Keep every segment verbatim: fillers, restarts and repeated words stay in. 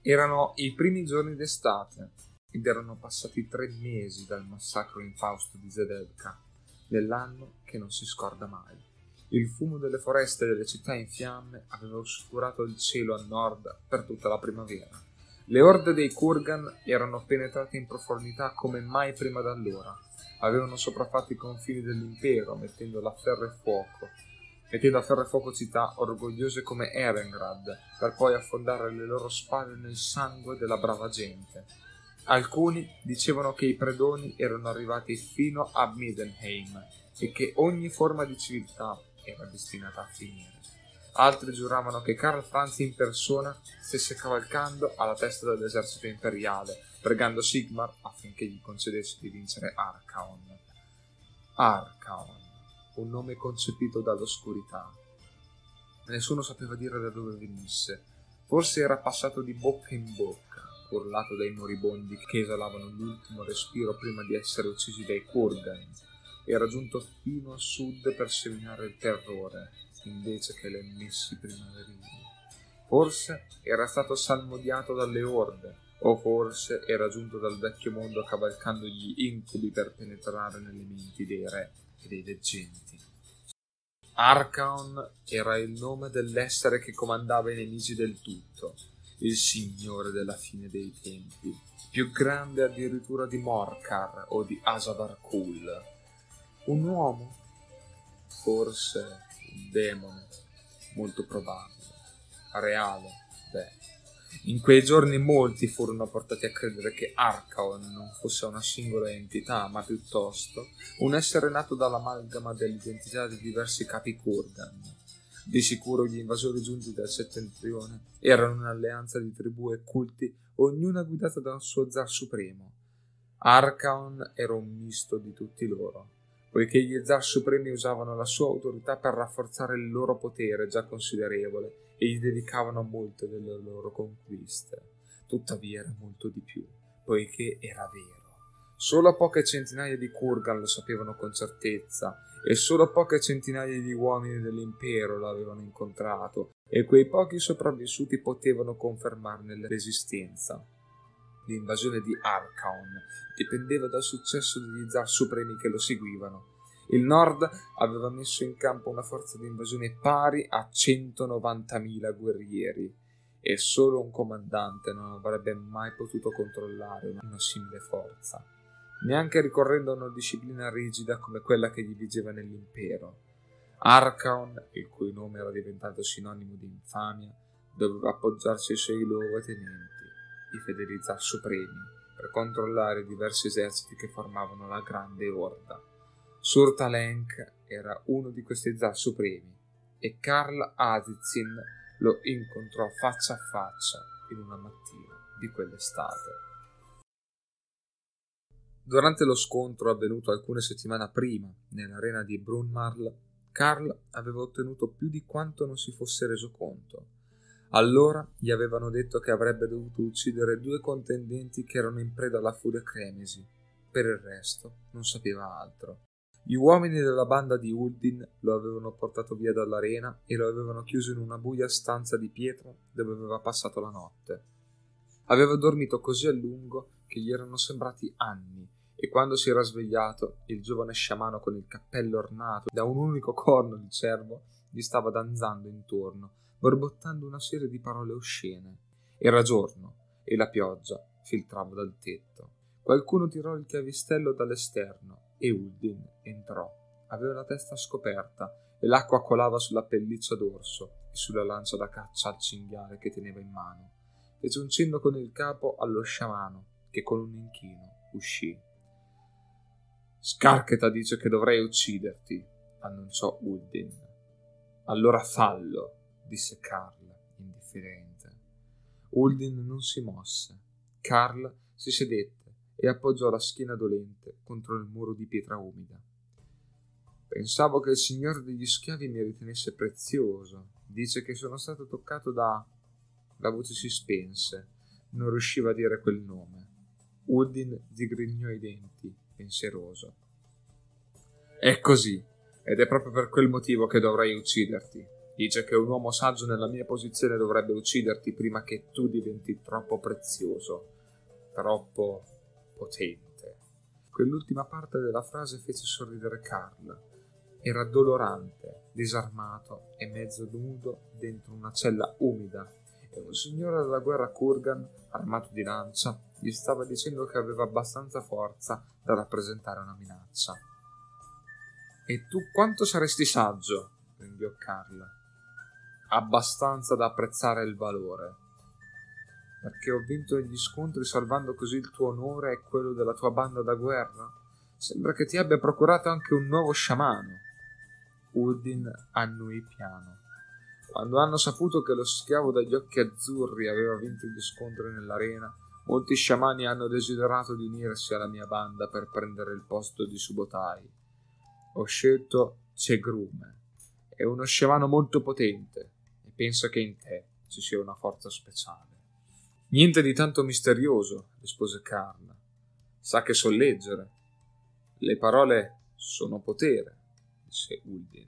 Erano i primi giorni d'estate ed erano passati tre mesi dal massacro infausto di Zedelka, nell'anno che non si scorda mai. Il fumo delle foreste e delle città in fiamme aveva oscurato il cielo a nord per tutta la primavera. Le orde dei Kurgan erano penetrate in profondità come mai prima d'allora. Avevano sopraffatto i confini dell'impero, mettendo a ferro e fuoco, mettendo a ferro e fuoco città orgogliose come Erengrad, per poi affondare le loro spade nel sangue della brava gente. Alcuni dicevano che i predoni erano arrivati fino a Middenheim e che ogni forma di civiltà era destinata a finire. Altri giuravano che Karl Franz in persona stesse cavalcando alla testa dell'esercito imperiale, pregando Sigmar affinché gli concedesse di vincere Archaon. Archaon, un nome concepito dall'oscurità. Nessuno sapeva dire da dove venisse. Forse era passato di bocca in bocca, urlato dai moribondi che esalavano l'ultimo respiro prima di essere uccisi dai Kurgan. Era giunto fino a sud per seminare il terrore, invece che le messi primaverili. Forse era stato salmodiato dalle orde, o forse era giunto dal vecchio mondo cavalcando gli incubi per penetrare nelle menti dei re e dei veggenti. Archaon era il nome dell'essere che comandava i nemici del tutto, il signore della fine dei tempi, più grande addirittura di Morkar o di Asadar Kul. Un uomo? Forse un demone, molto probabile. Reale? Beh. In quei giorni molti furono portati a credere che Archaon non fosse una singola entità, ma piuttosto un essere nato dall'amalgama dell'identità di diversi capi Kurgan. Di sicuro gli invasori giunti dal settentrione erano un'alleanza di tribù e culti, ognuna guidata da un suo zar supremo. Archaon era un misto di tutti loro, poiché gli zar supremi usavano la sua autorità per rafforzare il loro potere già considerevole e gli dedicavano molte delle loro conquiste. Tuttavia era molto di più, poiché era vero. Solo poche centinaia di Kurgan lo sapevano con certezza, e solo poche centinaia di uomini dell'impero l'avevano incontrato, e quei pochi sopravvissuti potevano confermarne l'esistenza. L'invasione di Archaon dipendeva dal successo degli zar supremi che lo seguivano. Il nord aveva messo in campo una forza di invasione pari a centonovantamila guerrieri, e solo un comandante non avrebbe mai potuto controllare una simile forza, neanche ricorrendo a una disciplina rigida come quella che gli vigeva nell'impero. Archaon, il cui nome era diventato sinonimo di infamia, doveva appoggiarsi ai suoi luogotenenti, i fedeli zar supremi, per controllare i diversi eserciti che formavano la grande orda. Surtalenk era uno di questi zar supremi, e Karl Azizin lo incontrò faccia a faccia in una mattina di quell'estate. Durante lo scontro avvenuto alcune settimane prima nell'arena di Brunmarl, Karl aveva ottenuto più di quanto non si fosse reso conto. Allora gli avevano detto che avrebbe dovuto uccidere due contendenti che erano in preda alla furia Cremisi. Per il resto non sapeva altro. Gli uomini della banda di Uldin lo avevano portato via dall'arena e lo avevano chiuso in una buia stanza di pietra dove aveva passato la notte. Aveva dormito così a lungo che gli erano sembrati anni, e quando si era svegliato il giovane sciamano con il cappello ornato da un unico corno di cervo gli stava danzando intorno, borbottando una serie di parole oscene. Era giorno e la pioggia filtrava dal tetto. Qualcuno tirò il chiavistello dall'esterno e Uldin entrò. Aveva la testa scoperta e l'acqua colava sulla pelliccia d'orso e sulla lancia da caccia al cinghiale che teneva in mano. Fece un cenno con il capo allo sciamano, che con un inchino uscì. «Scarcheta dice che dovrei ucciderti», annunciò Uldin. «Allora fallo», disse Karl, indifferente. Uldin non si mosse. Karl si sedette e appoggiò la schiena dolente contro il muro di pietra umida. «Pensavo che il signore degli schiavi mi ritenesse prezioso. Dice che sono stato toccato da...» La voce si spense. Non riusciva a dire quel nome. Uldin digrignò i denti, pensieroso. «È così, ed è proprio per quel motivo che dovrei ucciderti. Dice che un uomo saggio nella mia posizione dovrebbe ucciderti prima che tu diventi troppo prezioso, troppo potente. Quell'ultima parte della frase fece sorridere Carl. Era dolorante, disarmato e mezzo nudo dentro una cella umida, e un signore della guerra Kurgan, armato di lancia, gli stava dicendo che aveva abbastanza forza da rappresentare una minaccia. «E tu quanto saresti saggio?» ringhiò Carl. «Abbastanza da apprezzare il valore. Perché ho vinto negli scontri salvando così il tuo onore e quello della tua banda da guerra? Sembra che ti abbia procurato anche un nuovo sciamano». Uldin annui piano. Quando hanno saputo che lo schiavo dagli occhi azzurri aveva vinto gli scontri nell'arena, molti sciamani hanno desiderato di unirsi alla mia banda per prendere il posto di Subotai. Ho scelto Cegrume. È uno sciamano molto potente e penso che in te ci sia una forza speciale. Niente di tanto misterioso, rispose Carl. Sa che so leggere. Le parole sono potere, disse Uldin.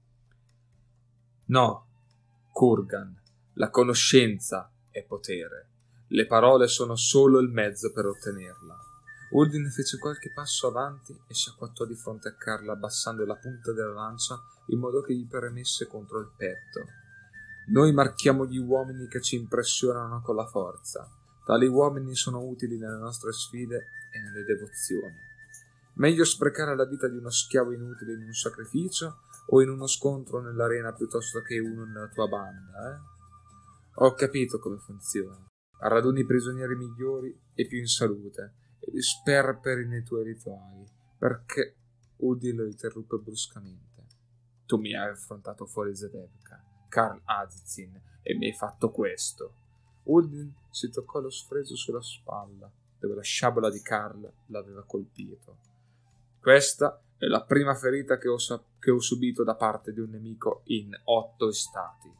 No, Kurgan, la conoscenza è potere. Le parole sono solo il mezzo per ottenerla. Uldin fece qualche passo avanti e si acquattò di fronte a Carl abbassando la punta della lancia in modo che gli premesse contro il petto. Noi marchiamo gli uomini che ci impressionano con la forza. Tali uomini sono utili nelle nostre sfide e nelle devozioni. Meglio sprecare la vita di uno schiavo inutile in un sacrificio o in uno scontro nell'arena piuttosto che uno nella tua banda, eh? Ho capito come funziona. Raduni i prigionieri migliori e più in salute e li sperperi nei tuoi rituali. Perché? Uldin lo interruppe bruscamente. Tu mi hai affrontato fuori Zedevka, Karl Azizin, e mi hai fatto questo. Uldin si toccò lo sfregio sulla spalla, dove la sciabola di Karl l'aveva colpito. Questa è la prima ferita che ho, sa- che ho subito da parte di un nemico in otto estati.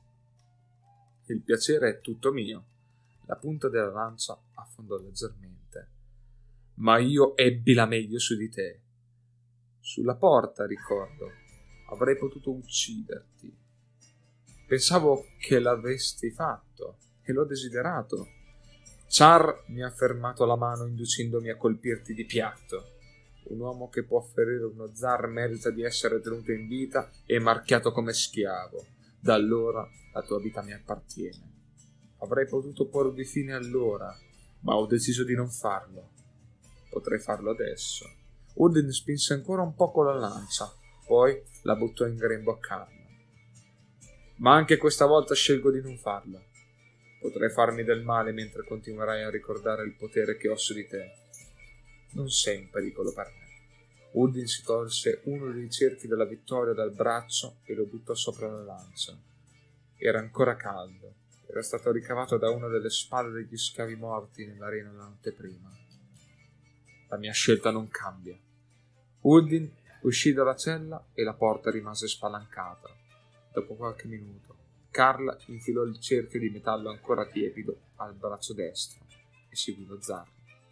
Il piacere è tutto mio. La punta della lancia affondò leggermente. Ma io ebbi la meglio su di te. Sulla porta, ricordo. Avrei potuto ucciderti. Pensavo che l'avresti fatto e l'ho desiderato. Char mi ha fermato la mano inducendomi a colpirti di piatto. Un uomo che può ferire uno zar merita di essere tenuto in vita e marchiato come schiavo. Da allora la tua vita mi appartiene. Avrei potuto porvi fine allora, ma ho deciso di non farlo. Potrei farlo adesso. Uldin spinse ancora un po' con la lancia, poi la buttò in grembo a Carl. Ma anche questa volta scelgo di non farlo. Potrei farmi del male mentre continuerai a ricordare il potere che ho su di te. Non sei in pericolo per me. Uldin si tolse uno dei cerchi della vittoria dal braccio e lo buttò sopra la lancia. Era ancora caldo. Era stato ricavato da una delle spade degli schiavi morti nell'arena la notte prima. La mia scelta non cambia. Uldin uscì dalla cella e la porta rimase spalancata. Dopo qualche minuto, Carl infilò il cerchio di metallo ancora tiepido al braccio destro e seguì lo zar.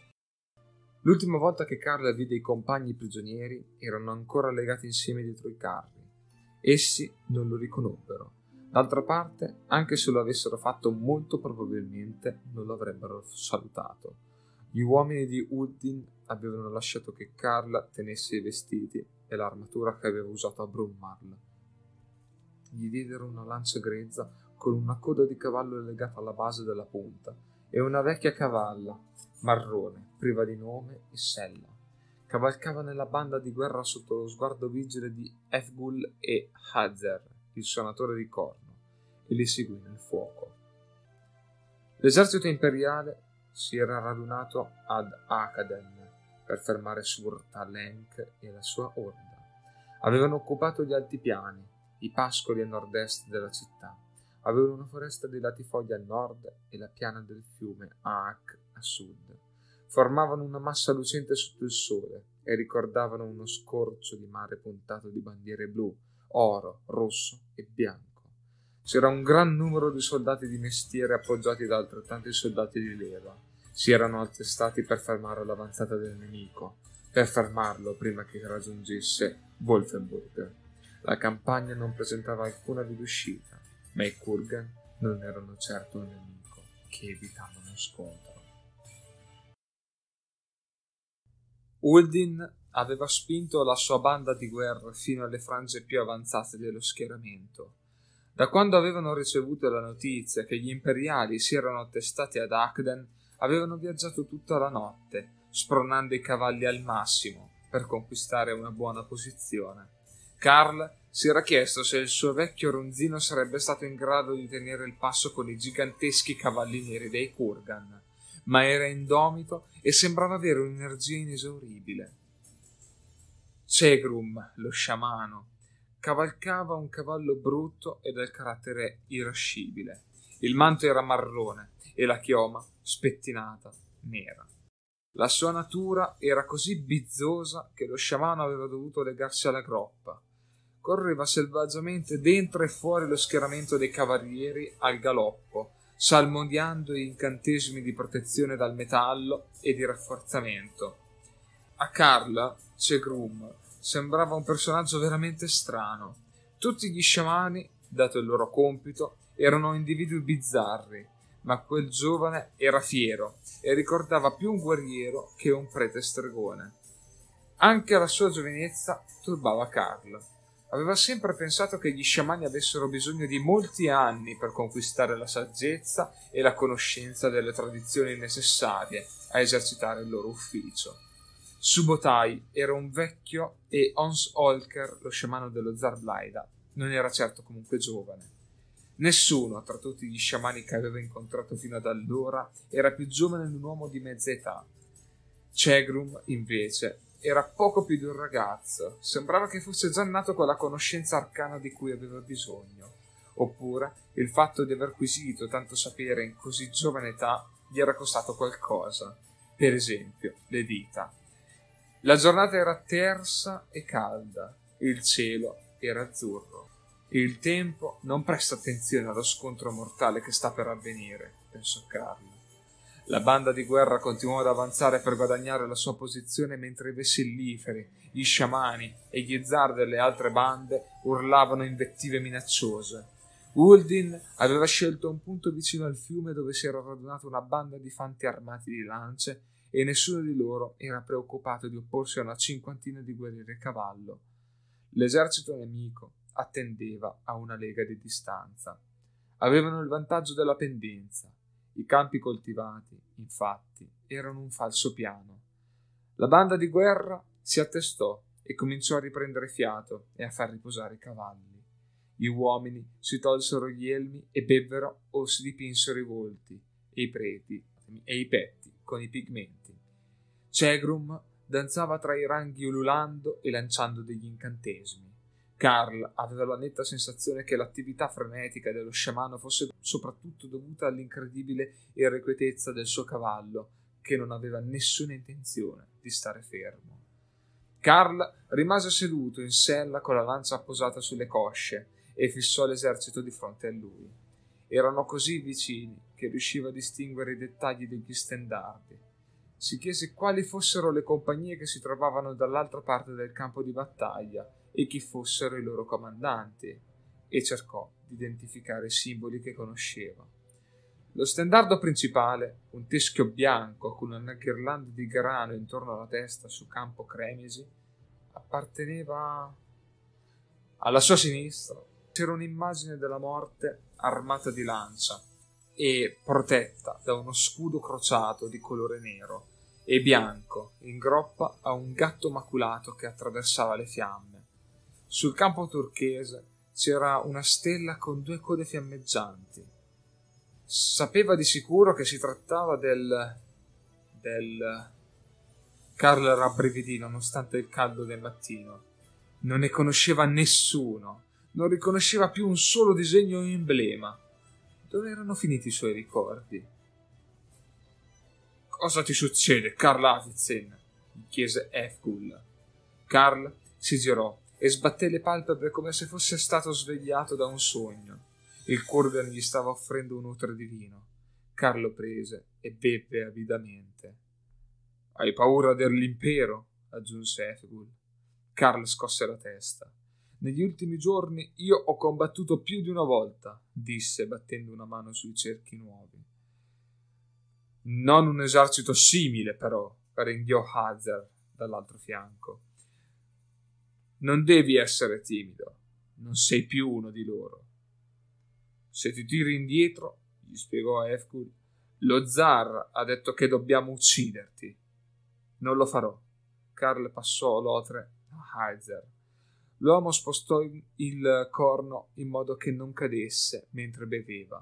L'ultima volta che Carl vide i compagni prigionieri erano ancora legati insieme dietro i carri. Essi non lo riconobbero. D'altra parte, anche se lo avessero fatto, molto probabilmente non lo avrebbero salutato. Gli uomini di Uldin avevano lasciato che Carl tenesse i vestiti e l'armatura che aveva usato a Brunmarl. Gli diedero una lancia grezza con una coda di cavallo legata alla base della punta e una vecchia cavalla, marrone, priva di nome e sella. Cavalcava nella banda di guerra sotto lo sguardo vigile di Efgul e Hazer, il suonatore di corno, e li seguì nel fuoco. L'esercito imperiale si era radunato ad Akaden per fermare Sur-Talenk e la sua orda. Avevano occupato gli altipiani, i pascoli a nord-est della città. Avevano una foresta di latifoglie a nord e la piana del fiume Aak a sud. Formavano una massa lucente sotto il sole e ricordavano uno scorcio di mare puntato di bandiere blu, oro, rosso e bianco. C'era un gran numero di soldati di mestiere appoggiati da altrettanti soldati di leva. Si erano attestati per fermare l'avanzata del nemico, per fermarlo prima che raggiungesse Wolfenburg. La campagna non presentava alcuna via d'uscita. Ma i Kurgan non erano certo un nemico che evitava uno scontro. Uldin aveva spinto la sua banda di guerra fino alle frange più avanzate dello schieramento. Da quando avevano ricevuto la notizia che gli imperiali si erano attestati ad Akden, avevano viaggiato tutta la notte, spronando i cavalli al massimo per conquistare una buona posizione. Karl si era chiesto se il suo vecchio ronzino sarebbe stato in grado di tenere il passo con i giganteschi cavalli neri dei Kurgan, ma era indomito e sembrava avere un'energia inesauribile. Cegrum, lo sciamano, cavalcava un cavallo brutto e dal carattere irascibile. Il manto era marrone e la chioma, spettinata, nera. La sua natura era così bizzosa che lo sciamano aveva dovuto legarsi alla groppa. Correva selvaggiamente dentro e fuori lo schieramento dei cavalieri al galoppo, salmodiando incantesimi di protezione dal metallo e di rafforzamento. A Karl, Cegrum sembrava un personaggio veramente strano. Tutti gli sciamani, dato il loro compito, erano individui bizzarri, ma quel giovane era fiero e ricordava più un guerriero che un prete stregone. Anche la sua giovinezza turbava Karl. Aveva sempre pensato che gli sciamani avessero bisogno di molti anni per conquistare la saggezza e la conoscenza delle tradizioni necessarie a esercitare il loro ufficio. Subotai era un vecchio e Ons Olker, lo sciamano dello zar Blaida, non era certo comunque giovane. Nessuno tra tutti gli sciamani che aveva incontrato fino ad allora era più giovane di un uomo di mezza età. Cegrum, invece, era poco più di un ragazzo. Sembrava che fosse già nato con la conoscenza arcana di cui aveva bisogno. Oppure il fatto di aver acquisito tanto sapere in così giovane età gli era costato qualcosa. Per esempio, le dita. La giornata era tersa e calda. Il cielo era azzurro. Il tempo non presta attenzione allo scontro mortale che sta per avvenire, pensò Karl. La banda di guerra continuò ad avanzare per guadagnare la sua posizione mentre i vessilliferi, gli sciamani e gli zar delle altre bande urlavano invettive minacciose. Uldin aveva scelto un punto vicino al fiume dove si era radunata una banda di fanti armati di lance e nessuno di loro era preoccupato di opporsi a una cinquantina di guerrieri a cavallo. L'esercito nemico attendeva a una lega di distanza. Avevano il vantaggio della pendenza. I campi coltivati, infatti, erano un falso piano. La banda di guerra si attestò e cominciò a riprendere fiato e a far riposare i cavalli. Gli uomini si tolsero gli elmi e bevvero o si dipinsero i volti e i preti e i petti con i pigmenti. Cegrum danzava tra i ranghi ululando e lanciando degli incantesimi. Karl aveva la netta sensazione che l'attività frenetica dello sciamano fosse soprattutto dovuta all'incredibile irrequietezza del suo cavallo, che non aveva nessuna intenzione di stare fermo. Karl rimase seduto in sella con la lancia appoggiata sulle cosce e fissò l'esercito di fronte a lui. Erano così vicini che riusciva a distinguere i dettagli degli stendardi. Si chiese quali fossero le compagnie che si trovavano dall'altra parte del campo di battaglia e chi fossero i loro comandanti, e cercò di identificare i simboli che conosceva. Lo stendardo principale, un teschio bianco con una ghirlanda di grano intorno alla testa su campo cremisi, apparteneva alla sua sinistra. C'era un'immagine della morte armata di lancia e protetta da uno scudo crociato di colore nero e bianco in groppa a un gatto maculato che attraversava le fiamme. Sul campo turchese c'era una stella con due code fiammeggianti. Sapeva di sicuro che si trattava del... del... Karl rabbrividì nonostante il caldo del mattino. Non ne conosceva nessuno, non riconosceva più un solo disegno o emblema. Dove erano finiti i suoi ricordi? «Cosa ti succede, Karl Avizen?» gli chiese Efgul. Karl si girò e sbatté le palpebre come se fosse stato svegliato da un sogno. Il Kurgan gli stava offrendo un utre di vino. Karl lo prese e bevve avidamente. «Hai paura dell'impero?» aggiunse Efgul. Karl scosse la testa. Negli ultimi giorni io ho combattuto più di una volta, disse, battendo una mano sui cerchi nuovi. Non un esercito simile, però, ringhiò Hazer dall'altro fianco. Non devi essere timido, non sei più uno di loro. Se ti tiri indietro, gli spiegò Efgul, lo zar ha detto che dobbiamo ucciderti. Non lo farò. Karl passò l'otre a Hazer. L'uomo spostò il corno in modo che non cadesse mentre beveva.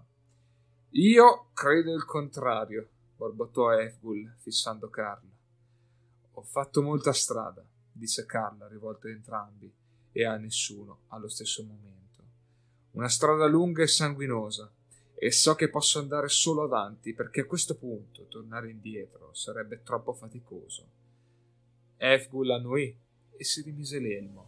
Io credo il contrario, borbottò Efgul fissando Karl. Ho fatto molta strada, disse Karl rivolto a entrambi e a nessuno allo stesso momento. Una strada lunga e sanguinosa, e so che posso andare solo avanti perché a questo punto tornare indietro sarebbe troppo faticoso. Efgul annuì e si rimise l'elmo.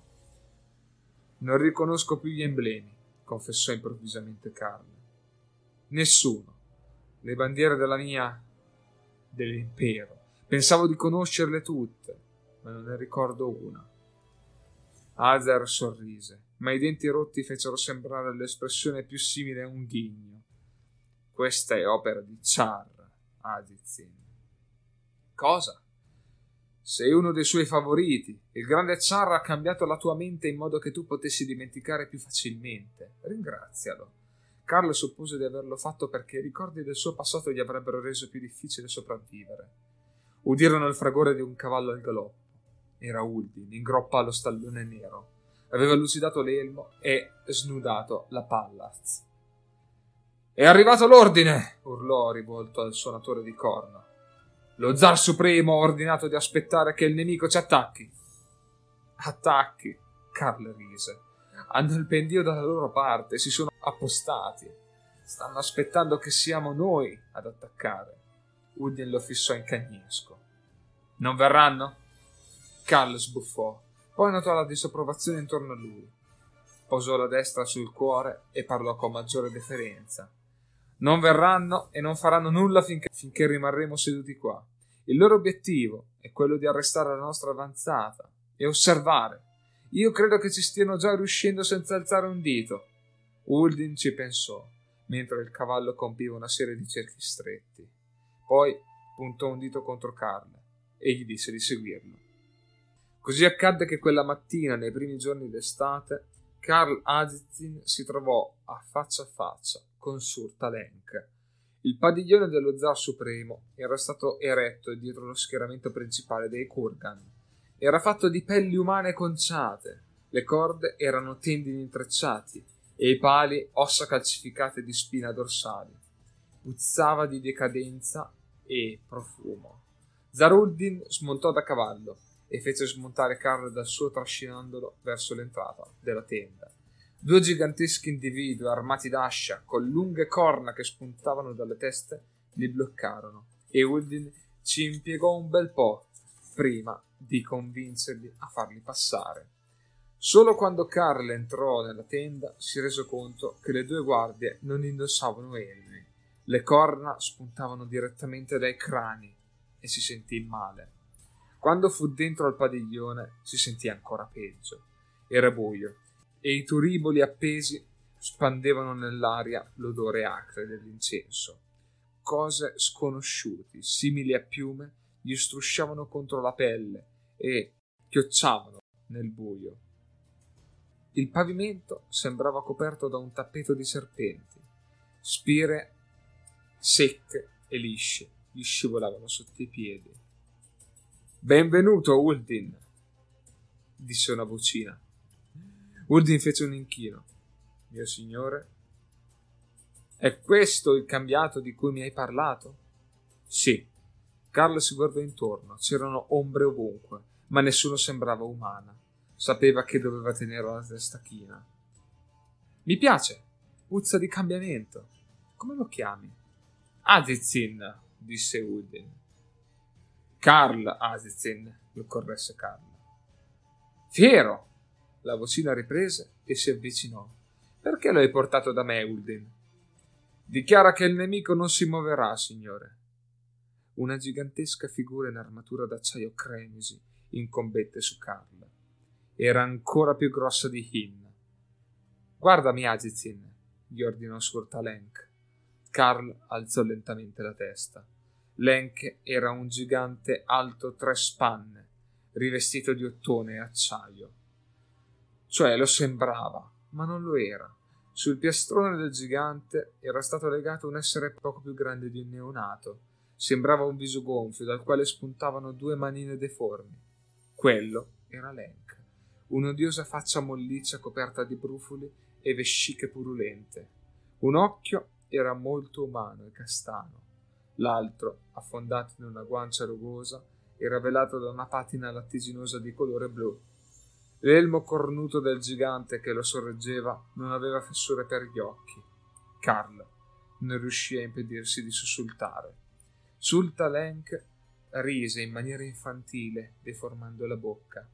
Non riconosco più gli emblemi, confessò improvvisamente Karl. Nessuno. Le bandiere della mia... dell'impero. Pensavo di conoscerle tutte, ma non ne ricordo una. Hazer sorrise, ma i denti rotti fecero sembrare l'espressione più simile a un ghigno. Questa è opera di Char, Azizin. Cosa? Sei uno dei suoi favoriti. Il grande Char ha cambiato la tua mente in modo che tu potessi dimenticare più facilmente. Ringrazialo. Karl suppose di averlo fatto perché i ricordi del suo passato gli avrebbero reso più difficile sopravvivere. Udirono il fragore di un cavallo al galoppo. Era Uldin, in groppa allo stallone nero. Aveva lucidato l'elmo e snudato la pallaz. È arrivato l'ordine! Urlò rivolto al suonatore di corna. Lo zar supremo ha ordinato di aspettare che il nemico ci attacchi. Attacchi? Karl rise. Hanno il pendio dalla loro parte, si sono appostati. Stanno aspettando che siamo noi ad attaccare. Uldin lo fissò in cagnesco. Non verranno? Karl sbuffò, poi notò la disapprovazione intorno a lui. Posò la destra sul cuore e parlò con maggiore deferenza. Non verranno e non faranno nulla finché, finché rimarremo seduti qua. Il loro obiettivo è quello di arrestare la nostra avanzata e osservare. Io credo che ci stiano già riuscendo senza alzare un dito. Uldin ci pensò, mentre il cavallo compiva una serie di cerchi stretti. Poi puntò un dito contro Karl e gli disse di seguirlo. Così accadde che quella mattina, nei primi giorni d'estate, Karl Azizin si trovò a faccia a faccia con Surtalenk. Il padiglione dello zar supremo era stato eretto dietro lo schieramento principale dei Kurgan. Era fatto di pelli umane conciate, le corde erano tendini intrecciati e i pali ossa calcificate di spina dorsali. Puzzava di decadenza e profumo. Zaruddin smontò da cavallo e fece smontare Karl dal suo trascinandolo verso l'entrata della tenda. Due giganteschi individui armati d'ascia, con lunghe corna che spuntavano dalle teste, li bloccarono e Uldin ci impiegò un bel po' prima di convincerli a farli passare. Solo quando Karl entrò nella tenda si rese conto che le due guardie non indossavano elmi. Le corna spuntavano direttamente dai crani e si sentì male. Quando fu dentro al padiglione si sentì ancora peggio. Era buio e i turiboli appesi spandevano nell'aria l'odore acre dell'incenso. Cose sconosciuti, simili a piume, gli strusciavano contro la pelle e chiocciavano nel buio. Il pavimento sembrava coperto da un tappeto di serpenti. Spire secche e lisce gli scivolavano sotto i piedi. Benvenuto, Uldin, disse una vocina. Uldin fece un inchino. Mio signore? È questo il cambiato di cui mi hai parlato? Sì. Karl si guardò intorno. C'erano ombre ovunque, ma nessuno sembrava umana. Sapeva che doveva tenere la testa china. Mi piace. Puzza di cambiamento. Come lo chiami? Azizin, disse Uldin. Karl Azizin, lo corresse Karl. Fiero! La vocina riprese e si avvicinò. Perché lo hai portato da me, Uldin? Dichiara che il nemico non si muoverà, signore. Una gigantesca figura in armatura d'acciaio cremisi incombette su Karl. era ancora più grossa di Hin. «Guardami, Azizin», gli ordinò Surta Lenk. Karl alzò lentamente la testa. Lenk era un gigante alto tre spanne, rivestito di ottone e acciaio. Cioè lo sembrava, ma non lo era. Sul piastrone del gigante era stato legato un essere poco più grande di un neonato. Sembrava un viso gonfio dal quale spuntavano due manine deformi. Quello era Lenk, un'odiosa faccia molliccia coperta di brufoli e vesciche purulente. Un occhio era molto umano e castano. L'altro, affondato in una guancia rugosa, era velato da una patina lattiginosa di colore blu. L'elmo cornuto del gigante che lo sorreggeva non aveva fessure per gli occhi. Karl non riuscì a impedirsi di sussultare. Surta Lenk rise in maniera infantile, deformando la bocca.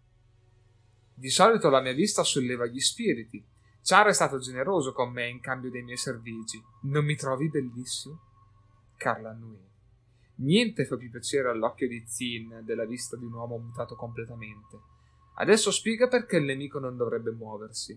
«Di solito la mia vista solleva gli spiriti. Char è stato generoso con me in cambio dei miei servigi. Non mi trovi bellissimo?» Karl annuì. Niente fa più piacere all'occhio di Zin della vista di un uomo mutato completamente. Adesso spiega perché il nemico non dovrebbe muoversi.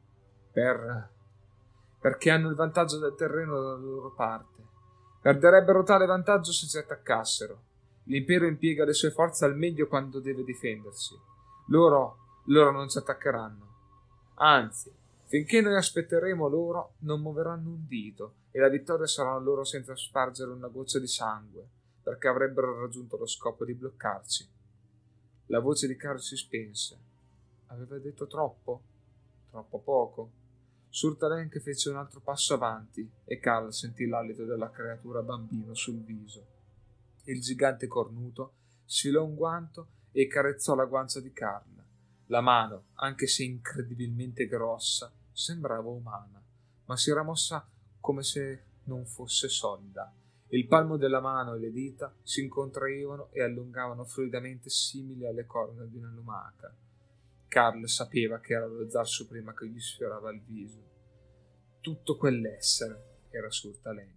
Per... perché hanno il vantaggio del terreno dalla loro parte. Perderebbero tale vantaggio se ci attaccassero. L'impero impiega le sue forze al meglio quando deve difendersi. Loro, loro non ci attaccheranno. Anzi, finché noi aspetteremo loro, non muoveranno un dito e la vittoria sarà loro senza spargere una goccia di sangue, perché avrebbero raggiunto lo scopo di bloccarci. La voce di Karl si spense. Aveva detto troppo? Troppo poco? Surta Lenk fece un altro passo avanti e Karl sentì l'alito della creatura bambino sul viso. Il gigante cornuto sfilò un guanto e carezzò la guancia di Karl. La mano, anche se incredibilmente grossa, sembrava umana, ma si era mossa come se non fosse solida. Il palmo della mano e le dita si incontraevano e allungavano fluidamente simili alle corna di una lumaca. Karl sapeva che era lo zar supremo che gli sfiorava il viso. Tutto quell'essere era Surta Lenk.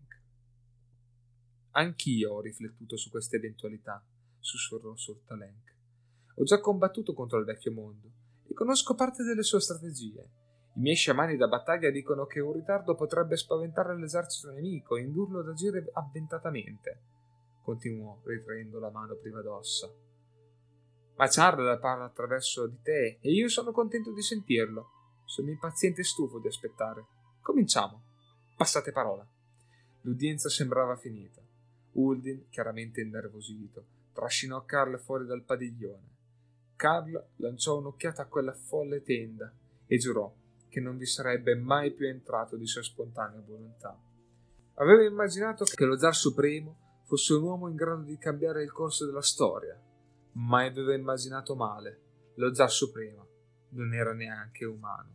«Anch'io ho riflettuto su questa eventualità», sussurrò Surta Lenk. «Ho già combattuto contro il vecchio mondo e conosco parte delle sue strategie. I miei sciamani da battaglia dicono che un ritardo potrebbe spaventare l'esercito nemico e indurlo ad agire avventatamente», continuò ritraendo la mano priva d'ossa. «Ma Charles parla attraverso di te e io sono contento di sentirlo. Sono impaziente e stufo di aspettare. Cominciamo. Passate parola». L'udienza sembrava finita. Uldin, chiaramente innervosito, trascinò Karl fuori dal padiglione. Karl lanciò un'occhiata a quella folle tenda e giurò che non vi sarebbe mai più entrato di sua spontanea volontà. Aveva immaginato che lo zar supremo fosse un uomo in grado di cambiare il corso della storia, ma aveva immaginato male. Lo zar supremo non era neanche umano.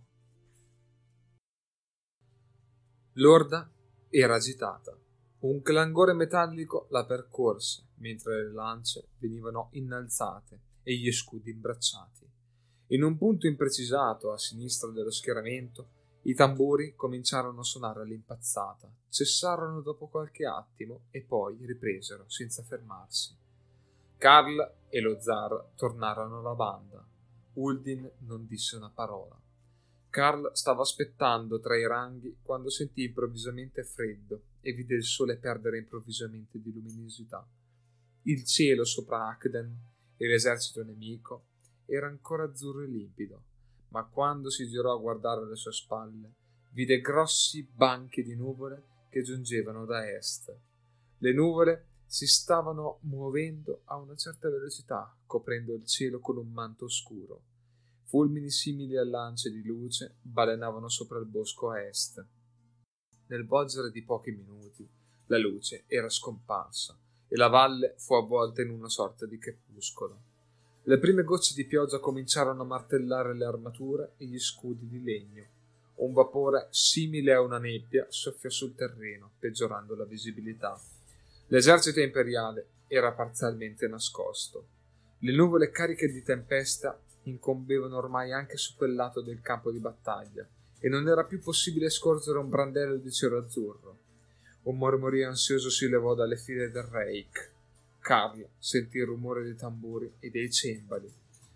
L'orda era agitata. Un clangore metallico la percorse, mentre le lance venivano innalzate e gli scudi imbracciati. In un punto imprecisato, a sinistra dello schieramento, i tamburi cominciarono a suonare all'impazzata, cessarono dopo qualche attimo e poi ripresero senza fermarsi. Karl e lo zar tornarono alla banda. Uldin non disse una parola. Karl stava aspettando tra i ranghi quando sentì improvvisamente freddo e vide il sole perdere improvvisamente di luminosità. Il cielo sopra Akden e l'esercito nemico era ancora azzurro e limpido, ma quando si girò a guardare alle sue spalle, vide grossi banchi di nuvole che giungevano da est. Le nuvole si stavano muovendo a una certa velocità, coprendo il cielo con un manto oscuro. Fulmini simili a lance di luce balenavano sopra il bosco a est. Nel volgere di pochi minuti la luce era scomparsa e la valle fu avvolta in una sorta di crepuscolo. Le prime gocce di pioggia cominciarono a martellare le armature e gli scudi di legno. Un vapore simile a una nebbia soffiò sul terreno, peggiorando la visibilità. L'esercito imperiale era parzialmente nascosto. Le nuvole cariche di tempesta incombevano ormai anche su quel lato del campo di battaglia e non era più possibile scorgere un brandello di cielo azzurro. Un mormorio ansioso si levò dalle file del Reich. Karl sentì il rumore dei tamburi e dei cembali.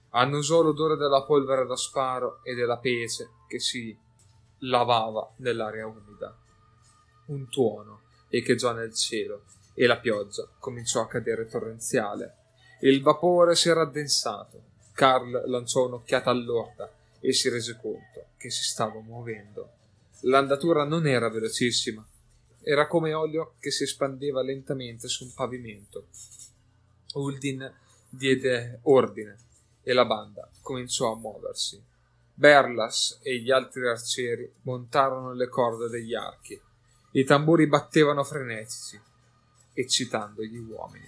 Annusò l'odore della polvere da sparo e della pece che si lavava nell'aria umida. Un tuono echeggiò nel cielo e la pioggia cominciò a cadere torrenziale. Il vapore si era addensato. Carl lanciò un'occhiata all'orda e si rese conto che si stava muovendo. L'andatura non era velocissima, era come olio che si espandeva lentamente su un pavimento. Uldin diede ordine e la banda cominciò a muoversi. Berlas e gli altri arcieri montarono le corde degli archi. I tamburi battevano frenetici, eccitando gli uomini.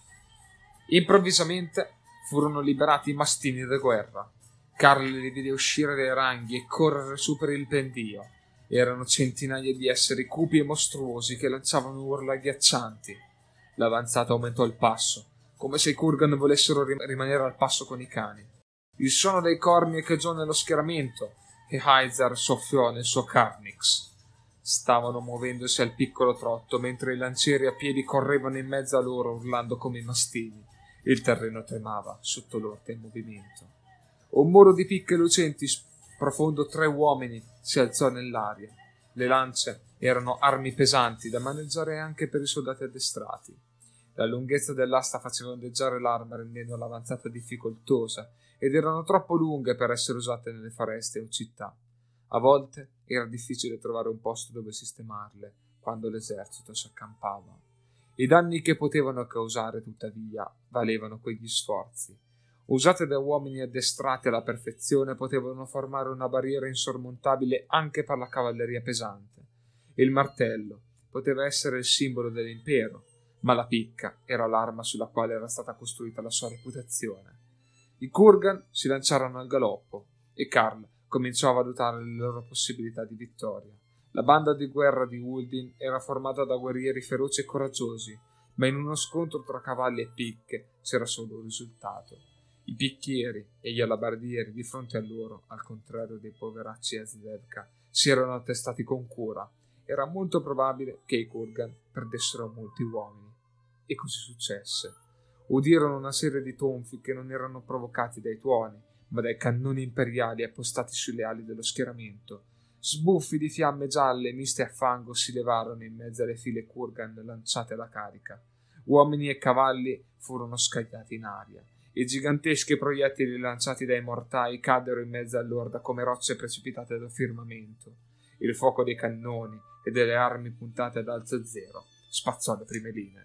Improvvisamente furono liberati i mastini da guerra. Carl li vide uscire dai ranghi e correre su per il pendio. Erano centinaia di esseri cupi e mostruosi che lanciavano urla agghiaccianti. L'avanzata aumentò il passo, come se i Kurgan volessero rim- rimanere al passo con i cani. Il suono dei corni echeggiò nello schieramento e Haizar soffiò nel suo Carnix. Stavano muovendosi al piccolo trotto, mentre i lancieri a piedi correvano in mezzo a loro urlando come i mastini. Il terreno tremava sotto l'orda in movimento. Un muro di picche lucenti, profondo tre uomini, si alzò nell'aria. Le lance erano armi pesanti da maneggiare anche per i soldati addestrati. La lunghezza dell'asta faceva ondeggiare l'arma rendendo l'avanzata difficoltosa ed erano troppo lunghe per essere usate nelle foreste o città. A volte era difficile trovare un posto dove sistemarle quando l'esercito si accampava. I danni che potevano causare, tuttavia, valevano quegli sforzi. Usate da uomini addestrati alla perfezione, potevano formare una barriera insormontabile anche per la cavalleria pesante. Il martello poteva essere il simbolo dell'impero, ma la picca era l'arma sulla quale era stata costruita la sua reputazione. I Kurgan si lanciarono al galoppo e Carl cominciò a valutare le loro possibilità di vittoria. La banda di guerra di Uldin era formata da guerrieri feroci e coraggiosi, ma in uno scontro tra cavalli e picche c'era solo un risultato. I picchieri e gli alabardieri di fronte a loro, al contrario dei poveracci Azdevka, si erano attestati con cura. Era molto probabile che i Kurgan perdessero molti uomini. E così successe. Udirono una serie di tonfi che non erano provocati dai tuoni, ma dai cannoni imperiali appostati sulle ali dello schieramento. Sbuffi di fiamme gialle miste a fango si levarono in mezzo alle file Kurgan lanciate alla carica. Uomini e cavalli furono scagliati in aria. I giganteschi proiettili lanciati dai mortai caddero in mezzo all'orda come rocce precipitate dal firmamento. Il fuoco dei cannoni e delle armi puntate ad alzo zero spazzò le prime linee.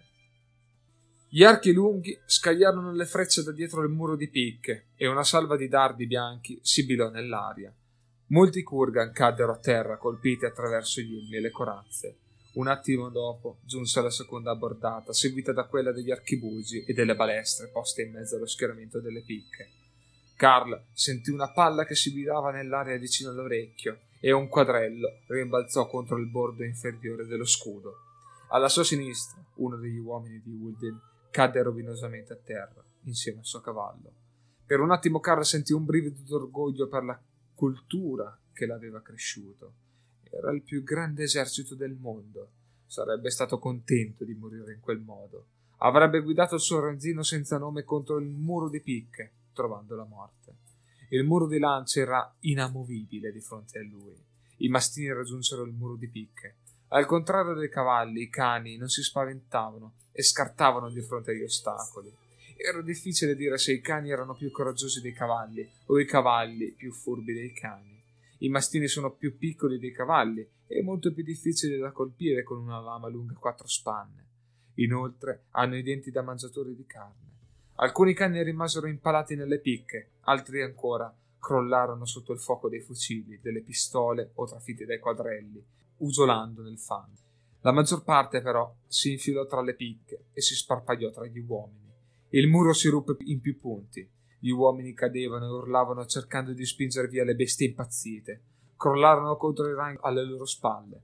Gli archi lunghi scagliarono le frecce da dietro il muro di picche e una salva di dardi bianchi sibilò nell'aria. Molti Kurgan caddero a terra colpiti attraverso gli elmi e le corazze. Un attimo dopo giunse la seconda abbordata, seguita da quella degli archibugi e delle balestre poste in mezzo allo schieramento delle picche. Carl sentì una palla che sibilava nell'aria vicino all'orecchio e un quadrello rimbalzò contro il bordo inferiore dello scudo. Alla sua sinistra, uno degli uomini di Uldin cadde rovinosamente a terra, insieme al suo cavallo. Per un attimo Carl sentì un brivido d'orgoglio per la cultura che l'aveva cresciuto. Era il più grande esercito del mondo. Sarebbe stato contento di morire in quel modo. Avrebbe guidato il suo ranzino senza nome contro il muro di picche, trovando la morte. Il muro di lance era inamovibile di fronte a lui. I mastini raggiunsero il muro di picche. Al contrario dei cavalli, i cani non si spaventavano e scartavano di fronte agli ostacoli. Era difficile dire se i cani erano più coraggiosi dei cavalli o i cavalli più furbi dei cani. I mastini sono più piccoli dei cavalli e molto più difficili da colpire con una lama lunga quattro spanne. Inoltre hanno i denti da mangiatori di carne. Alcuni cani rimasero impalati nelle picche, altri ancora crollarono sotto il fuoco dei fucili, delle pistole o trafitti dai quadrelli, usolando nel fango. La maggior parte però si infilò tra le picche e si sparpagliò tra gli uomini. Il muro si ruppe in più punti. Gli uomini cadevano e urlavano cercando di spingere via le bestie impazzite. Crollarono contro i ranghi alle loro spalle.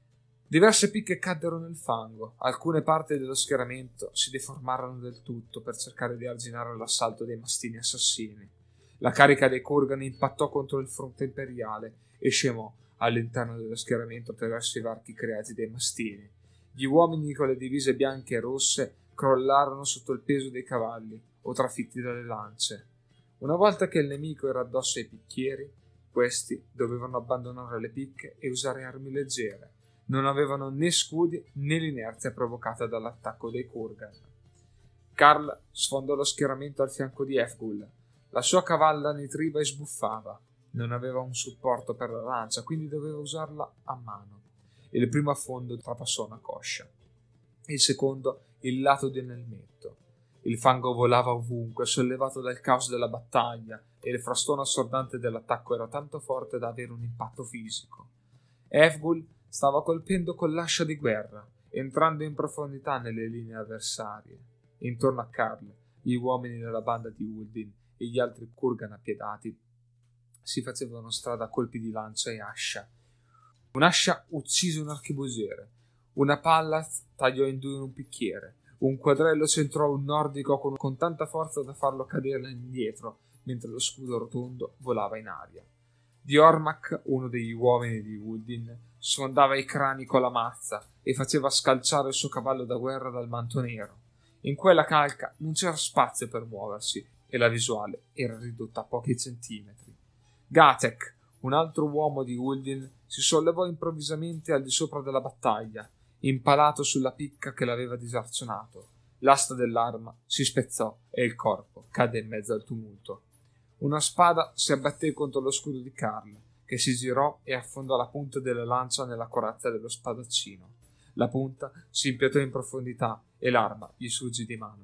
Diverse picche caddero nel fango. Alcune parti dello schieramento si deformarono del tutto per cercare di arginare l'assalto dei mastini assassini. La carica dei Kurgan impattò contro il fronte imperiale e scemò all'interno dello schieramento attraverso i varchi creati dai mastini. Gli uomini con le divise bianche e rosse crollarono sotto il peso dei cavalli o trafitti dalle lance. Una volta che il nemico era addosso ai picchieri, questi dovevano abbandonare le picche e usare armi leggere. Non avevano né scudi né l'inerzia provocata dall'attacco dei Kurgan. Karl sfondò lo schieramento al fianco di Efgul. La sua cavalla nitriva e sbuffava. Non aveva un supporto per la lancia, quindi doveva usarla a mano. Il primo affondo trapassò una coscia. Il secondo il lato di un elmetto. Il fango volava ovunque, sollevato dal caos della battaglia, e il frastone assordante dell'attacco era tanto forte da avere un impatto fisico. Efgul stava colpendo con l'ascia di guerra, entrando in profondità nelle linee avversarie. Intorno a Karl, gli uomini della banda di Uldin e gli altri Kurgan appiedati si facevano strada a colpi di lancia e ascia. Un'ascia uccise un archibusiere, una palla tagliò in due un picchiere, un quadrello centrò un nordico con, con tanta forza da farlo cadere indietro, mentre lo scudo rotondo volava in aria. Diormak, uno degli uomini di Uldin, sfondava i crani con la mazza e faceva scalciare il suo cavallo da guerra dal manto nero. In quella calca non c'era spazio per muoversi e la visuale era ridotta a pochi centimetri. Gatek, un altro uomo di Uldin, si sollevò improvvisamente al di sopra della battaglia, impalato sulla picca che l'aveva disarcionato. L'asta dell'arma si spezzò e il corpo cadde in mezzo al tumulto. Una spada si abbatté contro lo scudo di Karl, che si girò e affondò la punta della lancia nella corazza dello spadaccino. La punta si impiantò in profondità e l'arma gli sfuggì di mano.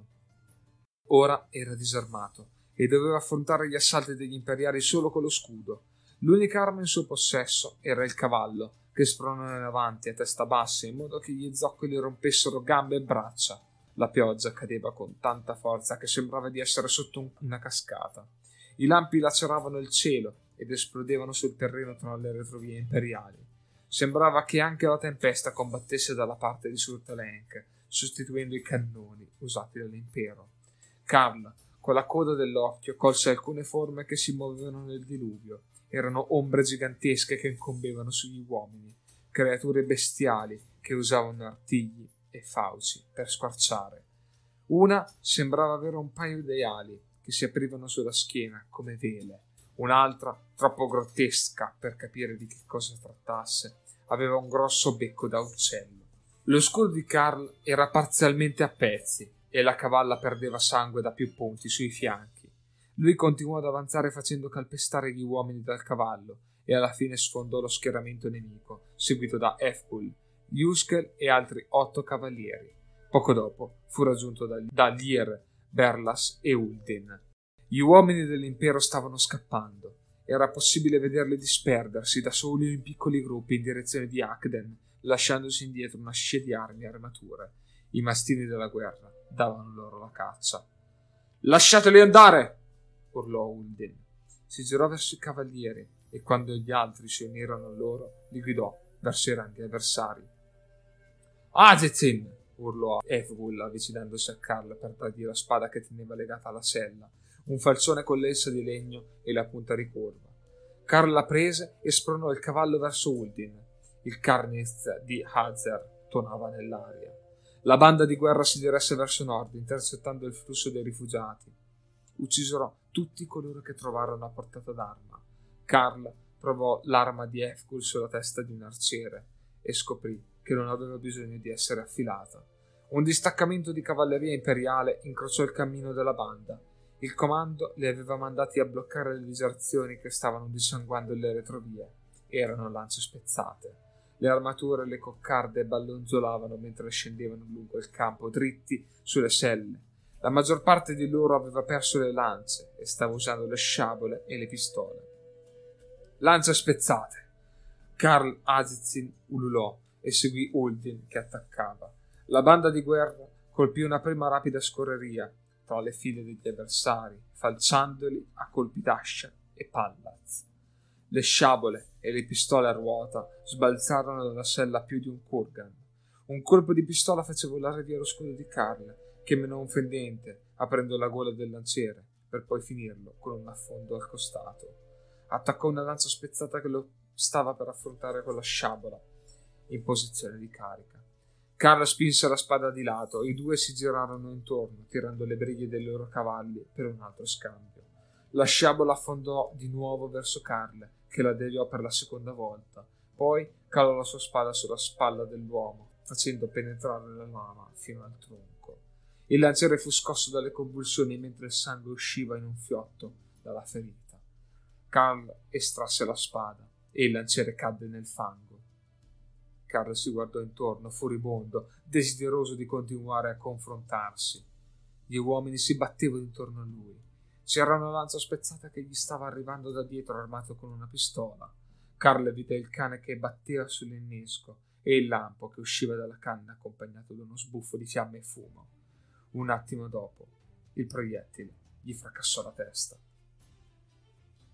Ora era disarmato e doveva affrontare gli assalti degli imperiali solo con lo scudo. L'unica arma in suo possesso era il cavallo, che spronò in avanti a testa bassa in modo che gli zoccoli rompessero gambe e braccia. La pioggia cadeva con tanta forza che sembrava di essere sotto un- una cascata. I lampi laceravano il cielo ed esplodevano sul terreno tra le retrovie imperiali. Sembrava che anche la tempesta combattesse dalla parte di Surtalenk, sostituendo i cannoni usati dall'impero. Karl, con la coda dell'occhio, colse alcune forme che si muovevano nel diluvio. Erano ombre gigantesche che incombevano sugli uomini, creature bestiali che usavano artigli e fauci per squarciare. Una sembrava avere un paio di ali che si aprivano sulla schiena come vele. Un'altra, troppo grottesca per capire di che cosa trattasse, aveva un grosso becco da uccello. Lo scudo di Karl era parzialmente a pezzi e la cavalla perdeva sangue da più punti sui fianchi. Lui continuò ad avanzare facendo calpestare gli uomini dal cavallo e alla fine sfondò lo schieramento nemico, seguito da Efgul, Yuskel e altri otto cavalieri. Poco dopo fu raggiunto da, da Lier, Berlas e Uldin. Gli uomini dell'impero stavano scappando. Era possibile vederli disperdersi da soli o in piccoli gruppi in direzione di Akden, lasciandosi indietro una scia di armi e armature. I mastini della guerra davano loro la caccia. «Lasciateli andare!» urlò Uldin. Si girò verso i cavalieri e quando gli altri si unirono a loro, li guidò verso i ranghi avversari. «Azizin!» urlò Efgul avvicinandosi a Karl per dargli la spada che teneva legata alla sella, un falcione con l'elsa di legno e la punta ricurva. Karl la prese e spronò il cavallo verso Uldin. Il Karnitz di Hazer tonava nell'aria. La banda di guerra si diresse verso nord, intercettando il flusso dei rifugiati. Uccisero tutti coloro che trovarono a portata d'arma. Karl provò l'arma di Efgul sulla testa di un arciere e scoprì che non aveva bisogno di essere affilata. Un distaccamento di cavalleria imperiale incrociò il cammino della banda. Il comando li aveva mandati a bloccare le diserzioni che stavano dissanguando le retrovie. Erano lance spezzate. Le armature e le coccarde ballonzolavano mentre scendevano lungo il campo, dritti sulle selle. La maggior parte di loro aveva perso le lance e stava usando le sciabole e le pistole. Lance spezzate! Karl Azizin ululò e seguì Uldin che attaccava. La banda di guerra colpì una prima rapida scorreria tra le file degli avversari, falciandoli a colpi d'ascia e pallaz. Le sciabole e le pistole a ruota sbalzarono dalla sella più di un Kurgan. Un colpo di pistola fece volare via lo scudo di Karl, che menò un fendente, aprendo la gola del lanciere, per poi finirlo con un affondo al costato. Attaccò una lancia spezzata che lo stava per affrontare con la sciabola, in posizione di carica. Karl spinse la spada di lato e i due si girarono intorno, tirando le briglie dei loro cavalli per un altro scambio. La sciabola affondò di nuovo verso Carl, che la deviò per la seconda volta. Poi calò la sua spada sulla spalla dell'uomo, facendo penetrare la lama fino al tronco. Il lanciere fu scosso dalle convulsioni mentre il sangue usciva in un fiotto dalla ferita. Carl estrasse la spada e il lanciere cadde nel fango. Carl si guardò intorno, furibondo, desideroso di continuare a confrontarsi. Gli uomini si battevano intorno a lui. C'era una lancia spezzata che gli stava arrivando da dietro armato con una pistola. Carl vide il cane che batteva sull'innesco e il lampo che usciva dalla canna accompagnato da uno sbuffo di fiamme e fumo. Un attimo dopo, il proiettile gli fracassò la testa.